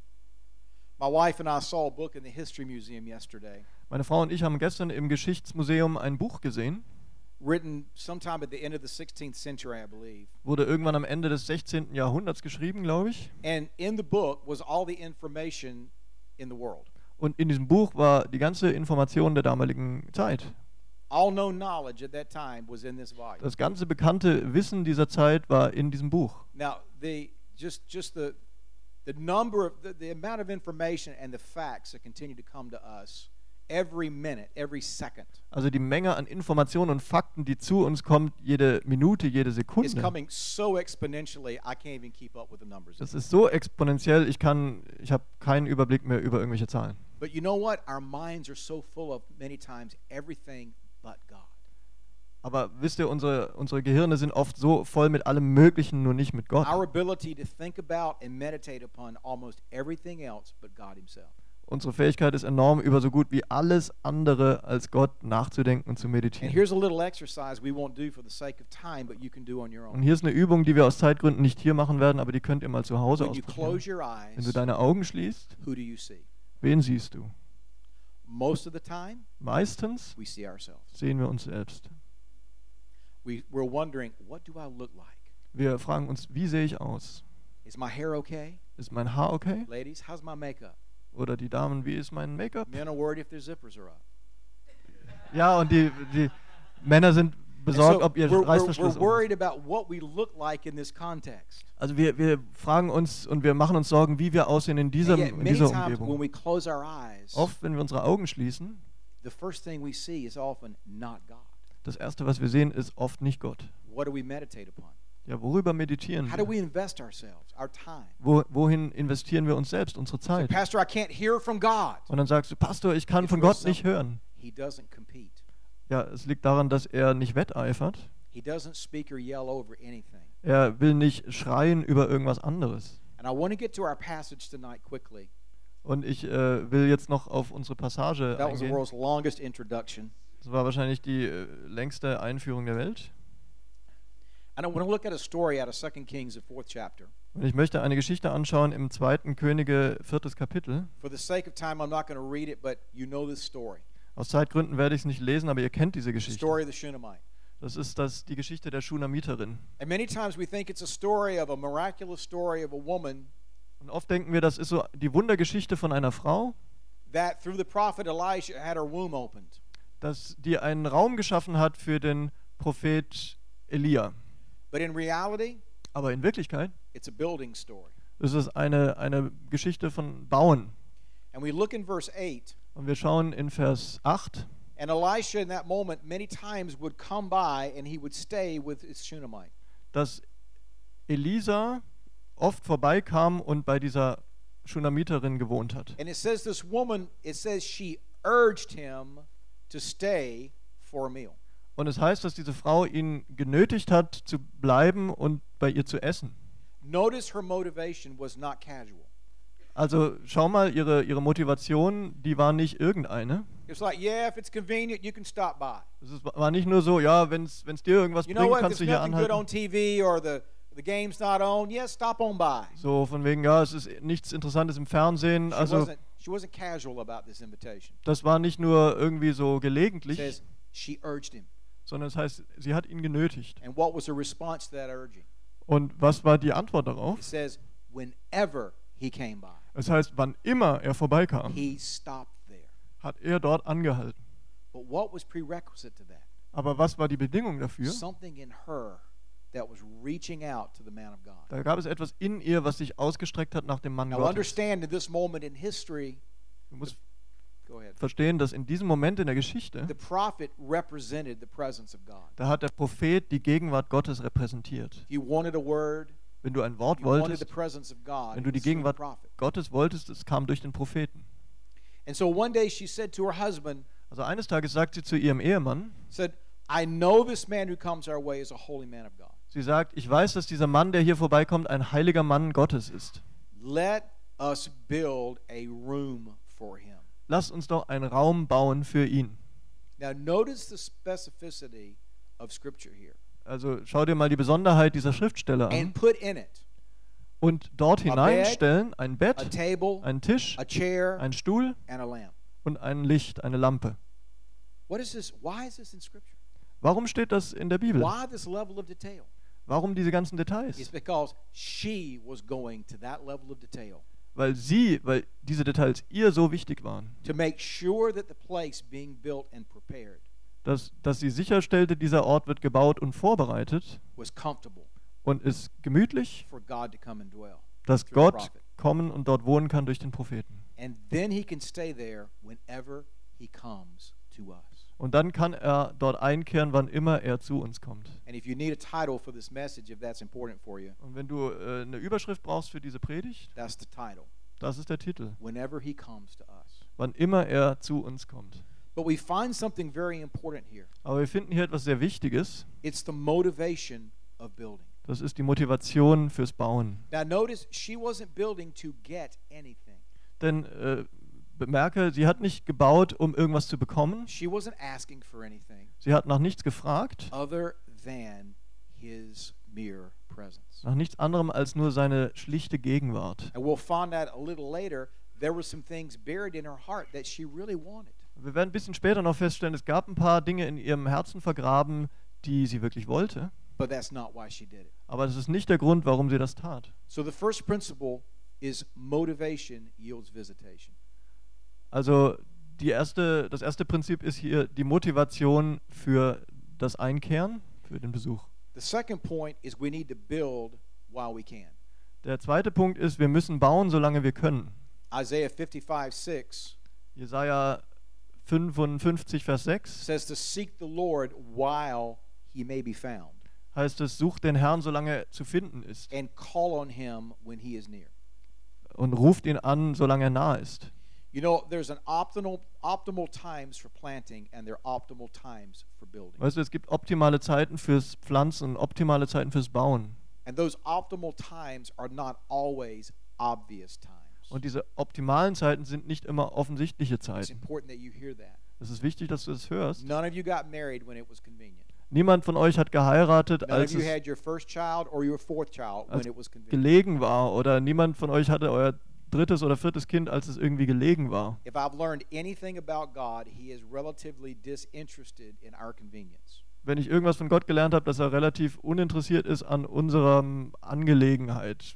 My wife and I saw a book in the History Museum yesterday, Meine Frau und ich haben gestern im Geschichtsmuseum ein Buch gesehen, written sometime at the end of the sixteenth century, I believe. wurde irgendwann am Ende des sechzehnten. Jahrhunderts geschrieben, glaube ich. And in the book was all the information in the world. Und in diesem Buch war die ganze Information der damaligen Zeit. All known knowledge at that time was in this volume. Das ganze bekannte Wissen dieser Zeit war in diesem Buch. Now, the just just the the number of the, the amount of information and the facts that continue to come to us every minute, every second Also die Menge an Informationen und Fakten, die zu uns kommt, jede Minute, jede is Sekunde. coming so exponentially I can't even keep up with the numbers. Das ist so exponentiell, ich kann, ich habe keinen Überblick mehr über irgendwelche Zahlen. But you know what? Our minds are so full of many times everything but God. Aber wisst ihr, unsere, unsere Gehirne sind oft so voll mit allem Möglichen, nur nicht mit Gott. Our ability to think about and meditate upon almost everything else but God himself. Unsere Fähigkeit ist enorm, über so gut wie alles andere als Gott nachzudenken und zu And meditieren. here's a little exercise we won't do for the sake of time, but you can do on your Und own. hier ist eine Übung, die wir aus Zeitgründen nicht hier machen werden, aber die könnt ihr mal zu Hause When you ausprobieren. close your Wenn du eyes, deine Augen schließt, who do you see? wen siehst du? Most of the time, Meistens we see ourselves. sehen wir uns selbst. We, we're wondering, what do I look like? Wir fragen uns, wie sehe ich aus? Is my hair okay? Ist mein Haar okay? Ladies, how's my makeup? Oder die Damen, wie ist mein Make-up? Men are worried if their zippers are up. Ja, und die, die Männer sind And besorgt, so ob ihr we're, we're, Reißverschluss we're um worried about what we look like in this context. Also wir, wir fragen uns und wir machen uns Sorgen, wie wir aussehen in, And diesem, yet, in many dieser times when Umgebung. we close our eyes, Oft, wenn wir unsere Augen schließen, the first thing we see is often not God. das Erste, was wir sehen, ist oft nicht Gott. What do we meditate upon? Ja, worüber meditieren How do wir? we invest ourselves, our time? Wo, wohin investieren wir uns selbst, unsere So, Zeit? Pastor, I can't hear from God. Und dann sagst du, Pastor, ich kann It's von real Gott nicht simple. hören. He doesn't compete. Ja, es liegt daran, dass er nicht wetteifert. He doesn't speak or yell over anything. Er will nicht schreien über irgendwas anderes. And I want to get to our passage tonight quickly. Und ich äh, will jetzt noch auf unsere Passage That was the eingehen. world's longest introduction. Das war wahrscheinlich die äh, längste Einführung der Welt. And I want to look at a story out of Second Kings, the fourth chapter. Und ich möchte eine Geschichte anschauen im zweiten Könige, viertes Kapitel. For the sake of time, I'm not going to read it, but you know this story. Aus Zeitgründen werde ich es nicht lesen, aber ihr kennt diese The Geschichte. story of the Shunammite. Das ist das, die Geschichte der Schunamiterin. And many times we think it's a story of a miraculous story of a woman Und oft denken wir, das ist so die Wundergeschichte von einer Frau, that through the prophet Elisha had her womb opened. dass die einen Raum geschaffen hat für den Prophet Elia. But in reality, Aber in Wirklichkeit it's a building story. ist es eine, eine Geschichte von Bauen. And we look in verse eight, Und wir schauen in Vers acht. and Elisha in that moment many times would come by and he would stay with his Shunammite. Dass Elisa oft vorbeikam und bei dieser Schunamiterin gewohnt hat. And it says this woman, it says she urged him to stay for a meal. Und es heißt, dass diese Frau ihn genötigt hat, zu bleiben und bei ihr zu essen. Notice her motivation was not casual. Also schau mal, ihre, ihre Motivation, die war nicht irgendeine. It's like, yeah, if it's convenient, you can stop by. Es ist, war nicht nur so, ja, wenn es dir irgendwas You know bringt, what? If kannst there's du hier nothing good on anhalten. T V or the, the game's not on, yeah, stop on by. So von wegen, ja, es ist nichts Interessantes im Fernsehen. She, Also wasn't, she wasn't casual about this invitation. das war nicht nur irgendwie so It gelegentlich, says she urged him. sondern es heißt, sie hat ihn genötigt. And what was her response to that urging? Und was war die Antwort darauf? It says, whenever he came by, Es heißt, wann immer er vorbeikam, he stopped there. hat er dort angehalten. But what was prerequisite to that? Aber was war die Bedingung dafür? Something in her that was reaching out to the man of God. Da gab es etwas in ihr, was sich ausgestreckt hat nach dem Mann Now Gottes. understand in this moment in history, Du musst go ahead. verstehen, dass in diesem Moment in der Geschichte, The prophet represented the presence of God. da hat der Prophet die Gegenwart Gottes repräsentiert. If you wanted a word, Wenn du ein Wort you wanted the wolltest, presence of God, wenn it du die was through the Gegenwart prophet. Gottes wolltest, es kam durch den Propheten. And so one day she said to her husband, Also eines Tages sagt sie zu ihrem Ehemann, said, I know this man who comes our way is a holy man of God. sie sagt, ich weiß, dass dieser Mann, der hier vorbeikommt, ein heiliger Mann Gottes ist. Let us build a room for him. Lass uns doch einen Raum bauen für ihn. Now notice the specificity of Scripture here. Also schau dir mal die Besonderheit dieser Schriftstelle an. And put in it Und dort A bed, hineinstellen ein a Bett, table, einen Tisch, a chair, einen Stuhl and a lamp. und ein Licht, eine Lampe. What is this? Why is this in Scripture? Warum steht das in der Bibel? Why this level of detail? Warum diese ganzen It's Details? because she was going to that level of detail Weil sie, weil diese Details ihr so wichtig waren, to make sure that the place being built and prepared dass, dass sie sicherstellte, dieser Ort wird gebaut und vorbereitet was comfortable und ist gemütlich, for God to come and dwell. dass through the Gott prophet. kommen und dort wohnen kann durch den Propheten. And then he can stay there whenever he comes to us. Und dann kann er dort einkehren, wann immer er zu uns kommt. And if you need a title for this message, if that's important for you, Und wenn du äh, eine Überschrift brauchst für diese Predigt, that's the title. das ist der Titel. Whenever he comes to us. Wann immer er zu uns kommt. But we find something very important here. Aber wir finden hier etwas sehr Wichtiges. It's the motivation of building. Das ist die Motivation fürs Bauen. Now notice, she wasn't building to get anything. Denn äh, bemerke, sie hat nicht gebaut, um irgendwas zu bekommen. She wasn't asking for anything Sie hat nach nichts gefragt, other than his mere presence. nach nichts anderem als nur seine schlichte Gegenwart. And we'll find out a little later, there were some things buried in her heart that she really wanted. Wir werden ein bisschen später noch feststellen, es gab ein paar Dinge in ihrem Herzen vergraben, die sie wirklich wollte. But that's not why she did it. Aber das ist nicht der Grund, warum sie das tat. So the first principle is motivation yields visitation. Also die erste, das erste Prinzip ist hier die Motivation für das Einkehren, für den Besuch. The second point is we need to build while we can. Der zweite Punkt ist, wir müssen bauen, solange wir können. Isaiah fifty-five six Jesaja fünfundfünfzig, Vers sechs says to seek the Lord while he may be found, heißt es, sucht den Herrn, solange er zu finden ist, and call on him when he is near. und ruft ihn an, solange er nah ist. You know, there's an optimal optimal times for planting and there are optimal times for building. Weißt du, es gibt optimale Zeiten fürs Pflanzen und optimale Zeiten fürs Bauen. And those optimal times are not always obvious times. Und diese optimalen Zeiten sind nicht immer offensichtliche It's Zeiten. important that you hear that. Es ist wichtig, dass du das hörst. None of you got married when it was convenient. Niemand von euch hat geheiratet, None of als you es had your first child or your fourth child when als it was convenient. gelegen war. Oder niemand von euch hatte euer drittes oder viertes Kind, als es irgendwie gelegen war. If I've learned anything about God, he is relatively disinterested in our convenience. Wenn ich irgendwas von Gott gelernt habe, dass er relativ uninteressiert ist an unserer Angelegenheit.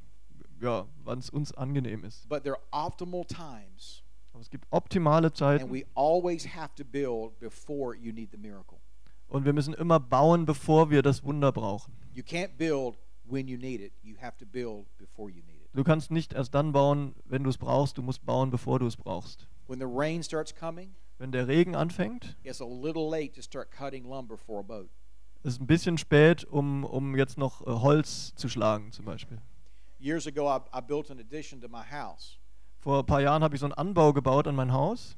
Ja, wann es uns angenehm ist. But there are optimal times, Aber es gibt optimale and Zeiten we always have to build before you need the miracle. und wir müssen immer bauen, bevor wir das Wunder brauchen. You can't build when you need it. You have to build before you need it. Du kannst nicht erst dann bauen, wenn du es brauchst. Du musst bauen, bevor du es brauchst. When the rain starts coming, Wenn der Regen anfängt, it's a little late to start cutting lumber for a boat. ist es ein bisschen spät, um, um jetzt noch äh, Holz zu schlagen zum Beispiel. Years ago, I, I built an addition to my house, Vor ein paar Jahren habe ich so einen Anbau gebaut an mein Haus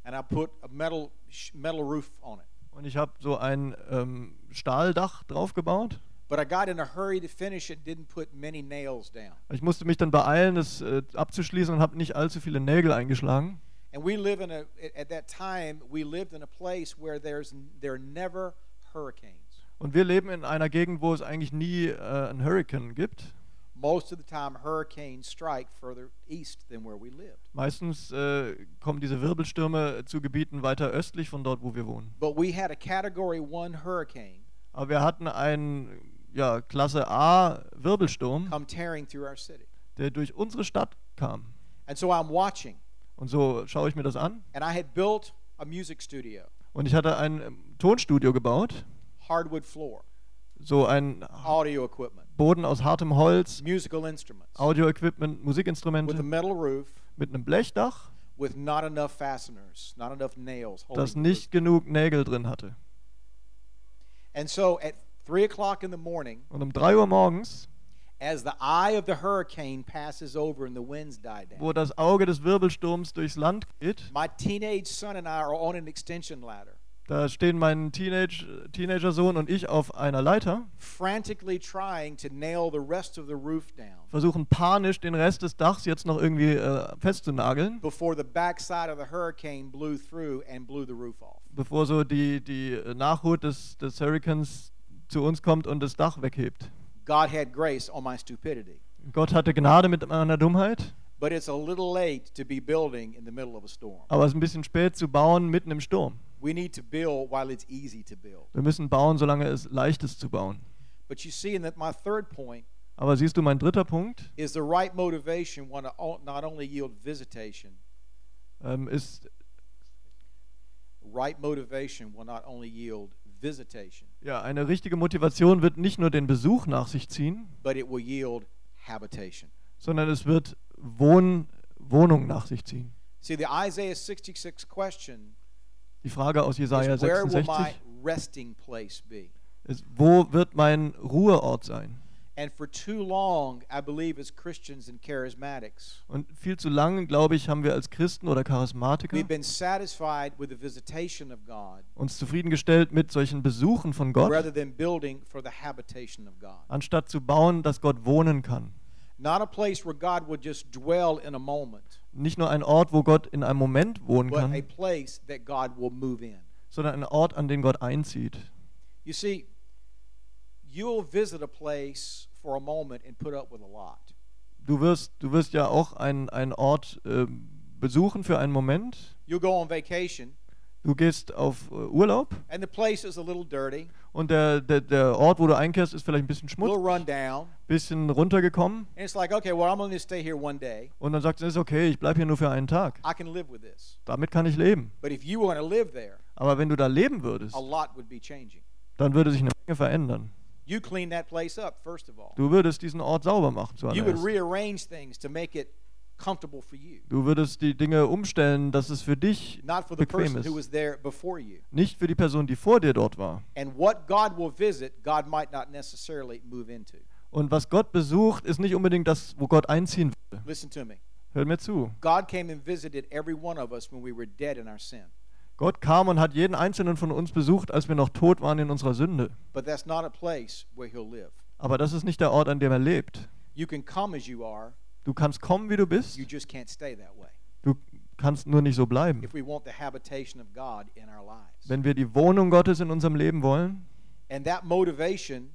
and I put a metal metal roof on it. Und ich habe so ein ähm, Stahldach drauf gebaut. But I got in a hurry to finish it, didn't put many nails down. Ich musste mich dann beeilen, das äh, abzuschließen und habe nicht allzu viele Nägel eingeschlagen. And we live in a at that time we lived in a place where there's there are never hurricanes. Und wir leben in einer Gegend, wo es eigentlich nie äh, einen Hurrikan gibt. Most of the time hurricanes strike further east than where we lived. Meistens äh, kommen diese Wirbelstürme zu Gebieten weiter östlich von dort, wo wir wohnen. But we had a category one hurricane Aber wir hatten einen ja, Klasse A Wirbelsturm, come tearing through our city. der durch unsere Stadt kam. And so I'm watching, Und so schaue ich mir das an. and I had built a music studio, Und ich hatte ein ähm, Tonstudio gebaut, hardwood floor, so ein audio equipment, Boden aus hartem Holz, musical instruments, Audio-Equipment, with a Musikinstrumente metal roof, mit einem Blechdach, with not enough fasteners, not enough nails holding das the nicht genug Nägel drin hatte. roof. And so at three o'clock in the morning, Und um drei Uhr morgens, as the eye of the hurricane passes over and the winds die down, wo das Auge des Wirbelsturms durchs Land geht, my teenage son and I are on an extension ladder, da stehen mein Teenage, Teenager-Sohn und ich auf einer Leiter, frantically trying to nail the rest of the roof down versuchen panisch den Rest des Dachs jetzt noch irgendwie äh, festzunageln, before the backside of the hurricane blew through and blew the roof off. bevor so die, die Nachhut des, des Hurrikans zu uns kommt und das Dach weghebt. God had grace on my stupidity, Gott hatte Gnade mit meiner Dummheit, but it's a little late to be building in the middle of a storm. aber es ist ein bisschen spät zu bauen mitten im Sturm. We need to build while it's easy to build. Wir müssen bauen, solange es leicht ist zu bauen. But you see, in that my third point Aber siehst du, mein dritter Punkt is the right motivation will not only yield visitation, ähm, ist, right motivation will not only yield visitation, ja, eine richtige Motivation wird nicht nur den Besuch nach sich ziehen, but it will yield habitation. sondern es wird Wohn, Wohnung nach sich ziehen. See, the Isaiah sixty-six question Die Frage aus Jesaja is, where will my sechsundsechzig resting place be? ist, wo wird mein Ruheort sein? And for too long, I believe as Christians and charismatics, Und viel zu lange, glaube ich, haben wir als Christen oder Charismatiker we've been satisfied with the visitation of God uns zufriedengestellt mit solchen Besuchen von Gott, rather than building for the habitation of God. anstatt zu bauen, dass Gott wohnen kann. Not a place where God will just dwell in a moment, Nicht nur ein Ort, wo Gott in einem Moment wohnen but a kann, place that God will move in. sondern ein Ort, an den Gott einzieht. You see, you'll visit a place for a moment and put up with a lot. Du wirst, du wirst ja auch einen, einen Ort äh, besuchen für einen Moment. You'll go on vacation, Du gehst auf äh, Urlaub and the place is a little dirty, und der, der, der Ort, wo du einkehrst, ist vielleicht ein bisschen a little schmutzig, run down, bisschen runtergekommen. and it's like, okay, well, I'm going to stay here one day. Und dann sagst du, es ist okay, ich bleibe hier nur für einen Tag. I can live with this. Damit kann ich leben. But if you want to live there, Aber wenn du da leben würdest, a lot would be changing. dann würde sich eine Menge verändern. You clean that place up, first of all. Du würdest diesen Ort sauber machen You would zuallererst. rearrange things to make it comfortable for you, Du würdest die Dinge umstellen, dass es für dich not for the bequem person who ist. was there before you. Nicht für die Person, die vor dir dort war. And what God will visit, God might not necessarily move into. Und was Gott besucht, ist nicht unbedingt das, wo Gott einziehen will. Listen to me. Hör mir zu. God came and visited every one of us when we were dead in our sin. Gott kam und hat jeden einzelnen von uns besucht, als wir noch tot waren in unserer Sünde. But that's not a place where he'll live. Aber das ist nicht der Ort, an dem er lebt. You can come as you are, Du kannst kommen, wie du bist. you just can't stay that way. Du kannst nur nicht so bleiben. If we want the habitation of God in our lives. Wenn wir die Wohnung Gottes in unserem Leben wollen, And that motivation,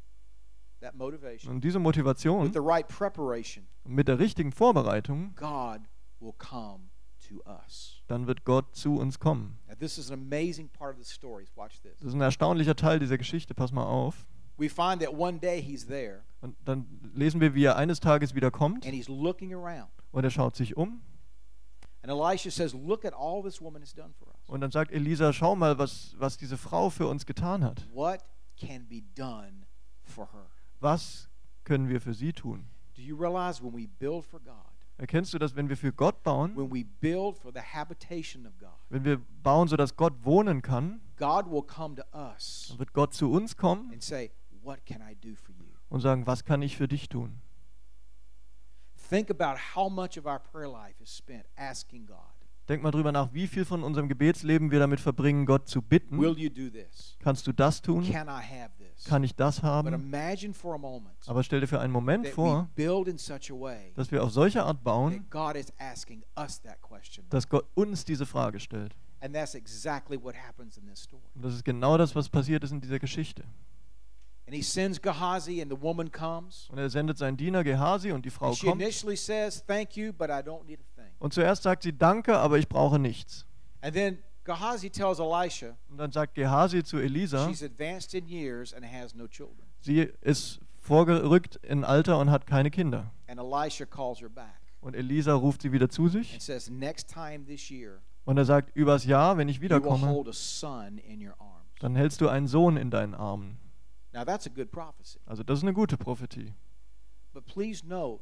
that motivation, und diese with Motivation the right preparation, mit der richtigen Vorbereitung, God will come to us. dann wird Gott zu uns kommen. Now, this is an amazing part of the story. Watch this. Das ist ein erstaunlicher Teil dieser Geschichte. Pass mal auf. We find that one day he's there Und dann lesen wir, wie er eines Tages wieder kommt and he's looking around. und er schaut sich um. And Elisha says, look at all this woman has done for us. Und dann sagt Elisa, schau mal, was, was diese Frau für uns getan hat. What can be done for her? Was können wir für sie tun? Do you realize when we build for God, Erkennst du, dass wenn wir für Gott bauen, when we build for the habitation of God, wenn wir bauen, sodass Gott wohnen kann, God will come to us dann wird Gott zu uns kommen and say, what can I do for you? und sagen, was kann ich für dich tun? Think about how much of our prayer life is spent asking God, Denk mal drüber nach, wie viel von unserem Gebetsleben wir damit verbringen, Gott zu bitten. Will you do this? Kannst du das tun? Can I have this? Kann ich das But haben? imagine for a moment Aber stell dir für einen Moment that we vor, build in such a way dass wir auf solche Art bauen, that God is asking us that question. dass Gott uns diese Frage stellt. And that's exactly what happens in this story. Und das ist genau das, was passiert ist in dieser Geschichte. And he sends Gehazi and the woman comes. Und er sendet seinen Diener Gehasi und die Frau And she kommt. initially says, "Thank you, but I don't need a thing." Und zuerst sagt sie, danke, aber ich brauche nichts. And then Gehazi tells Elisha, Und dann sagt Gehasi zu Elisa, she's advanced in years and has no children. sie ist vorgerückt in Alter und hat keine Kinder. And Elisha calls her back Und Elisa ruft sie wieder zu and sich. says, "Next time this year, Und er sagt, übers Jahr, wenn ich you will wiederkomme, hold a son in your arms." dann hältst du einen Sohn in deinen Armen. Now that's a good prophecy. Also das ist eine gute Prophetie. But please note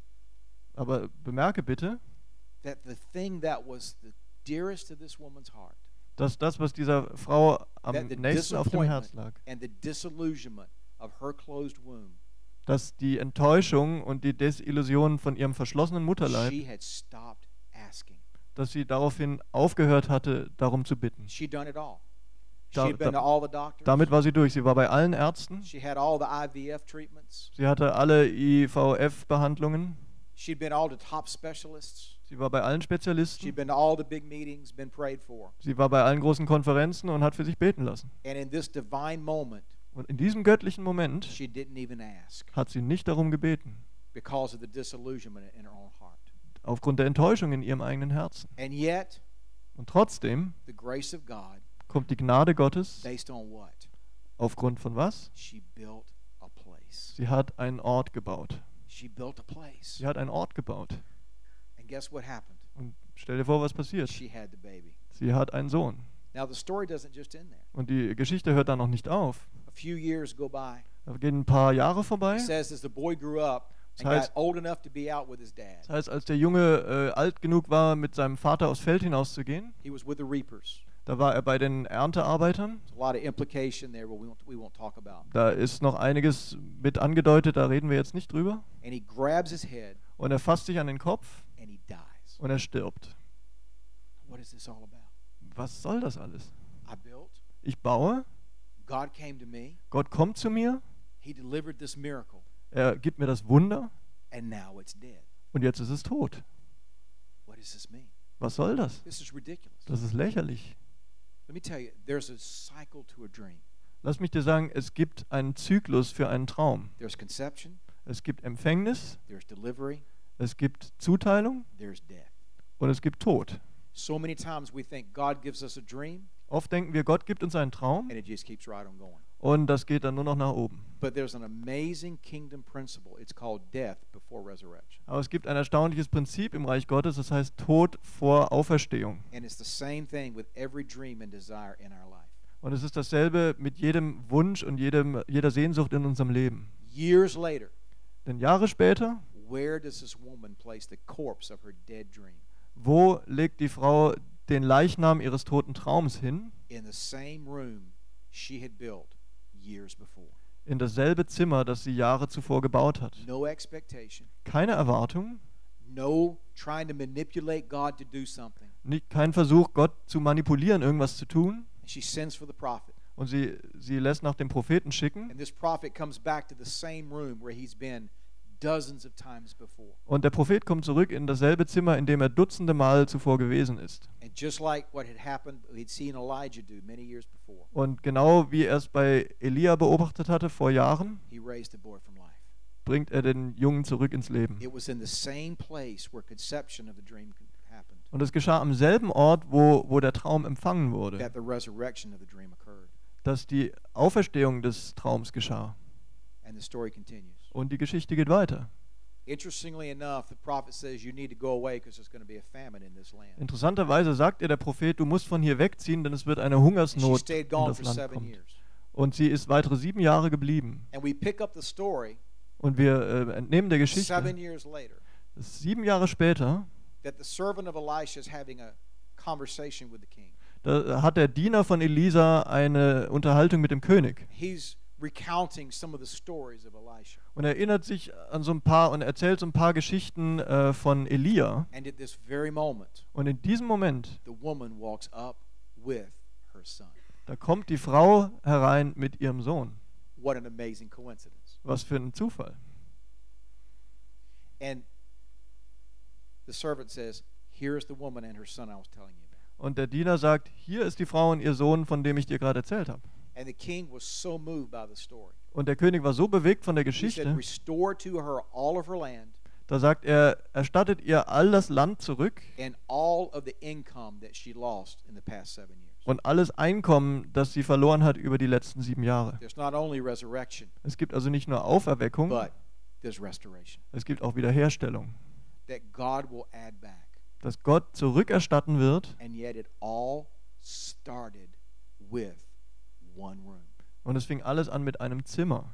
Aber bemerke bitte, that the thing that was the dearest to this woman's heart, dass das, was dieser Frau am that the nächsten auf dem Herz disappointment lag, and the disillusionment of her closed womb, dass die Enttäuschung und die Desillusion von ihrem verschlossenen Mutterleib, she had stopped asking. dass sie daraufhin aufgehört hatte, darum zu bitten. She'd done it all. She Da- had been da- to all the doctors. Damit war sie durch. Sie war bei allen Ärzten. She had all the I V F treatments. Sie hatte alle I V F-Behandlungen. She'd been all to top specialists. Sie war bei allen She'd Spezialisten. been to all the big meetings, been prayed for. Sie war bei allen großen Konferenzen und hat für sich beten lassen. And in this divine moment, Und in diesem göttlichen Moment she didn't even ask hat sie nicht darum gebeten, because of the disillusionment in her own heart. aufgrund der Enttäuschung in ihrem eigenen Herzen. And yet, Und trotzdem the grace of God, kommt die Gnade Gottes based on what? aufgrund von was? She built a place. Sie hat einen Ort gebaut. She built a place. Sie hat einen Ort gebaut. And guess what happened? Und stell dir vor, was passiert. She had the baby. Sie hat einen Sohn. Now, the story doesn't just end there. Und die Geschichte hört da noch nicht auf. A few years go by. Da gehen ein paar Jahre vorbei. It says as the boy grew up and Das heißt- got old enough to be out with his dad, Das heißt, als der Junge äh, alt genug war, mit seinem Vater aufs Feld hinauszugehen, he was with the reapers. da war er bei den Erntearbeitern. There's a lot of implication there, but we won't, we won't talk about. Da ist noch einiges mit angedeutet, da reden wir jetzt nicht drüber. And he grabs his head Und er fasst sich an den Kopf and he dies. und er stirbt. What is this all about? Was soll das alles? I built. Ich baue, God came to me. Gott kommt zu mir, He delivered this miracle, er gibt mir das Wunder and now it's dead. und jetzt ist es tot. What does this mean? Was soll das? This is ridiculous. Das ist lächerlich. Let me tell you, there's a cycle to a dream. Lass mich dir sagen, es gibt einen Zyklus für einen Traum. There's conception, Es gibt Empfängnis, there's delivery, es gibt Zuteilung there's death. und es gibt Tod. So many times we think God gives us a dream, Oft denken wir, Gott gibt uns einen Traum and it just keeps right on going. und das geht dann nur noch nach oben. But there's an amazing kingdom principle. It's called death before resurrection. Aber es gibt ein erstaunliches Prinzip im Reich Gottes, das heißt Tod vor Auferstehung. And it's the same thing with every dream and desire in our life. Und es ist dasselbe mit jedem Wunsch und jedem, jeder Sehnsucht in unserem Leben. Years later, Denn Jahre später, where does this woman place the corpse of her dead dream? wo legt die Frau den Leichnam ihres toten Traums hin? In the same room she had built years before. In dasselbe Zimmer, das sie Jahre zuvor gebaut hat. No expectation, Keine Erwartung, no trying to manipulate God to do something. nicht, kein Versuch, Gott zu manipulieren, irgendwas zu tun. And she sends for the prophet. Und sie, sie lässt nach dem Propheten schicken. And this prophet comes back to the same room where he's been dozens of times before. Und der Prophet kommt zurück in dasselbe Zimmer, in dem er dutzende Mal zuvor gewesen ist. And just like what had happened, he'd seen Elijah do many years before, Und genau wie er es bei Elia beobachtet hatte vor Jahren, he raised the boy from life. bringt er den Jungen zurück ins Leben. It was in the same place where conception of the dream happened, Und es geschah am selben Ort, wo, wo der Traum empfangen wurde, that the resurrection of the dream occurred. dass die Auferstehung des Traums geschah. And the story continues. Und die Geschichte geht weiter. Interestingly enough, the prophet says you need to go away because there's going to be a famine in this land. Interessanterweise sagt ihr der Prophet, du musst von hier wegziehen, denn es wird eine And she Hungersnot stayed in gone das for Land seven kommen. years. Und sie ist weitere sieben Jahre geblieben. And we pick up the story Und wir äh, entnehmen der seven Geschichte, years later dass sieben Jahre später, that the servant of Elisha is having a conversation with the king. da hat der Diener von Elisa eine Unterhaltung mit dem König. He's recounting some of the stories of Elisha. Und er erinnert sich an so ein paar und erzählt so ein paar Geschichten äh, von Elia. And at this very moment, Und in diesem Moment, the woman walks up with her son. da kommt die Frau herein mit ihrem Sohn. What an amazing coincidence. Was für ein Zufall. And the servant says, here is the woman and her son I was telling you about. Und der Diener sagt, hier ist die Frau und ihr Sohn, von dem ich dir gerade erzählt habe. And the king was so moved by the story. Und der König war so bewegt von der He said, Geschichte, restore to her all of her land da sagt er, erstattet ihr all das Land zurück and all of the income that she lost in the past seven years. und alles Einkommen, das sie verloren hat über die letzten sieben Jahre. There's not only resurrection, Es gibt also nicht nur Auferweckung, but there's restoration. es gibt auch Wiederherstellung. That God will add back. Dass Gott zurückerstatten wird. And yet it all started with one room. Und es fing alles an mit einem Zimmer.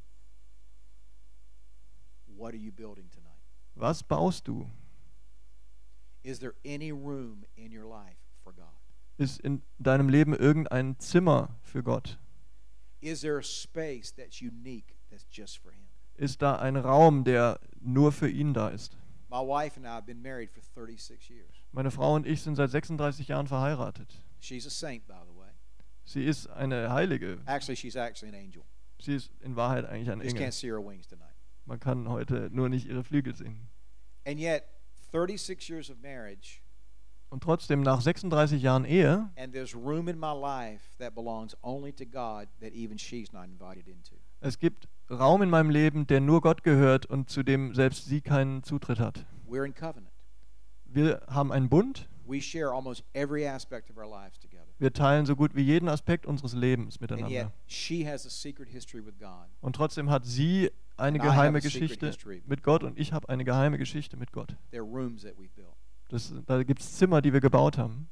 What are you building tonight? Was baust du? Is there any room in your life for God? Ist in deinem Leben irgendein Zimmer für Gott? Is there a space that's unique that's just for Him? Ist da ein Raum, der nur für ihn da ist? My wife and I have been married for thirty-six years. Meine Frau und ich sind seit sechsunddreißig Jahren verheiratet. She's a saint, by the way. Sie ist eine Heilige. Actually, she's actually an angel. Sie ist in Wahrheit eigentlich ein You just Engel. can't see her wings tonight. Man kann heute nur nicht ihre Flügel sehen. And yet, thirty-six years of marriage, Und trotzdem nach sechsunddreißig Jahren Ehe and there's room in my life that belongs only to God that even she's not invited into. es gibt Raum in meinem Leben, der nur Gott gehört und zu dem selbst sie keinen Zutritt hat. We're in covenant. Wir haben einen Bund. We share almost every aspect of our lives together. Wir teilen so gut wie jeden Aspekt unseres Lebens And yet, miteinander. she has a secret history with God. Und trotzdem hat sie eine And I have geheime a secret Geschichte history. mit Gott und ich habe eine geheime Geschichte mit Gott. There are rooms that we've built. Das, da gibt es Zimmer, die wir gebaut haben.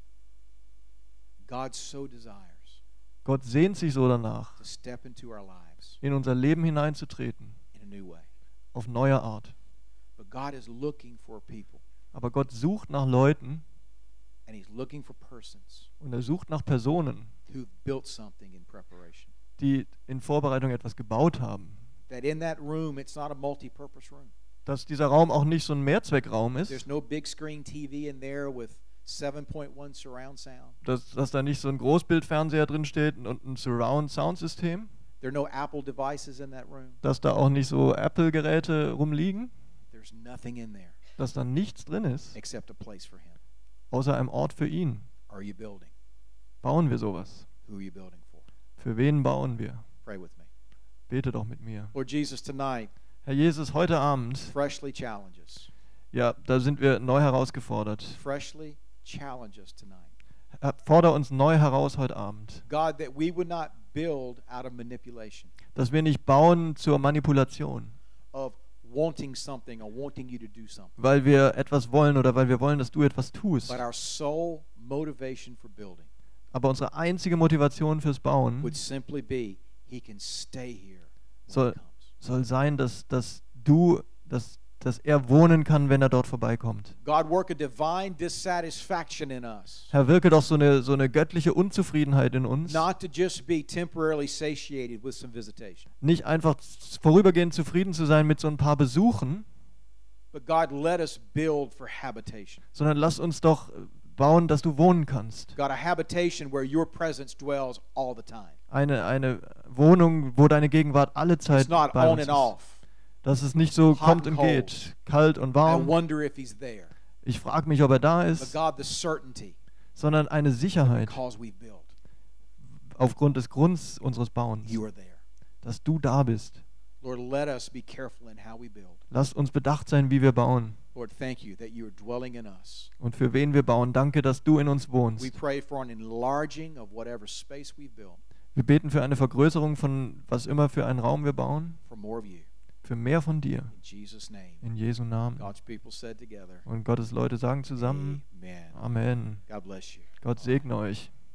God so desires Gott sehnt sich so danach, to step into our lives in unser Leben hineinzutreten, in a new way. auf neue Art. But God is looking for people, Aber Gott sucht nach Leuten and He's looking for persons und er sucht nach Personen, who've built something in preparation. die in Vorbereitung etwas gebaut haben. That in that room, it's not a multi-purpose room. Dass dieser Raum auch nicht so ein Mehrzweckraum There's ist, no big screen T V in there with seven point one surround sound. dass, dass da nicht so ein Großbildfernseher drin steht und ein Surround-Sound-System, There are no Apple devices in that room. dass da auch nicht so Apple-Geräte rumliegen, There's nothing in there dass da nichts drin ist, except a place for Him. außer einem Ort für ihn. Are you building? Bauen wir sowas? Who are you building for? Für wen bauen wir? Pray with me. Bete doch mit mir. Lord Jesus, tonight, Herr Jesus, heute Abend, freshly challenge us. ja, da sind wir neu herausgefordert. Freshly challenge us tonight. Herr, Forder uns neu heraus heute Abend, God, that we would not build out of manipulation, dass wir nicht bauen zur Manipulation, of wanting something or wanting you to do something, weil wir etwas wollen oder weil wir wollen, dass du etwas tust. but our sole motivation for building Aber unsere einzige Motivation fürs Bauen would simply be He can stay here when soll, He comes. soll sein, dass, dass du, dass, dass er wohnen kann, wenn er dort vorbeikommt. God, work a divine dissatisfaction in us, Herr, wirke doch so eine, so eine göttliche Unzufriedenheit in uns. not to just be temporarily satiated with some visitation, Nicht einfach z- vorübergehend zufrieden zu sein mit so ein paar Besuchen, but God, let us build for habitation. sondern lass uns doch bauen, dass du wohnen kannst. God, a habitation where your presence dwells all the time. Eine, eine Wohnung, wo deine Gegenwart alle Zeit It's not bei on uns and ist. off. Dass es nicht so Hot kommt and und geht, kalt und I warm. wonder if He's there. Ich frage mich, ob er da But ist, God, the certainty sondern eine Sicherheit because we've built, aufgrund des Grunds unseres Bauens, you are there. dass du da bist. Lord, let us be careful in how we build. Lass uns bedacht sein, wie wir bauen Lord, thank you that you are dwelling in us. und für wen wir bauen. Danke, dass du in uns We wohnst. pray for an enlarging of whatever space we've built, Wir beten für eine Vergrößerung von was immer für einen Raum wir bauen, for more of you. für mehr von dir. In Jesus' name. In Jesu Namen. God's people said together, Und Gottes Leute sagen zusammen, Amen. Amen. God bless you. Gott segne euch.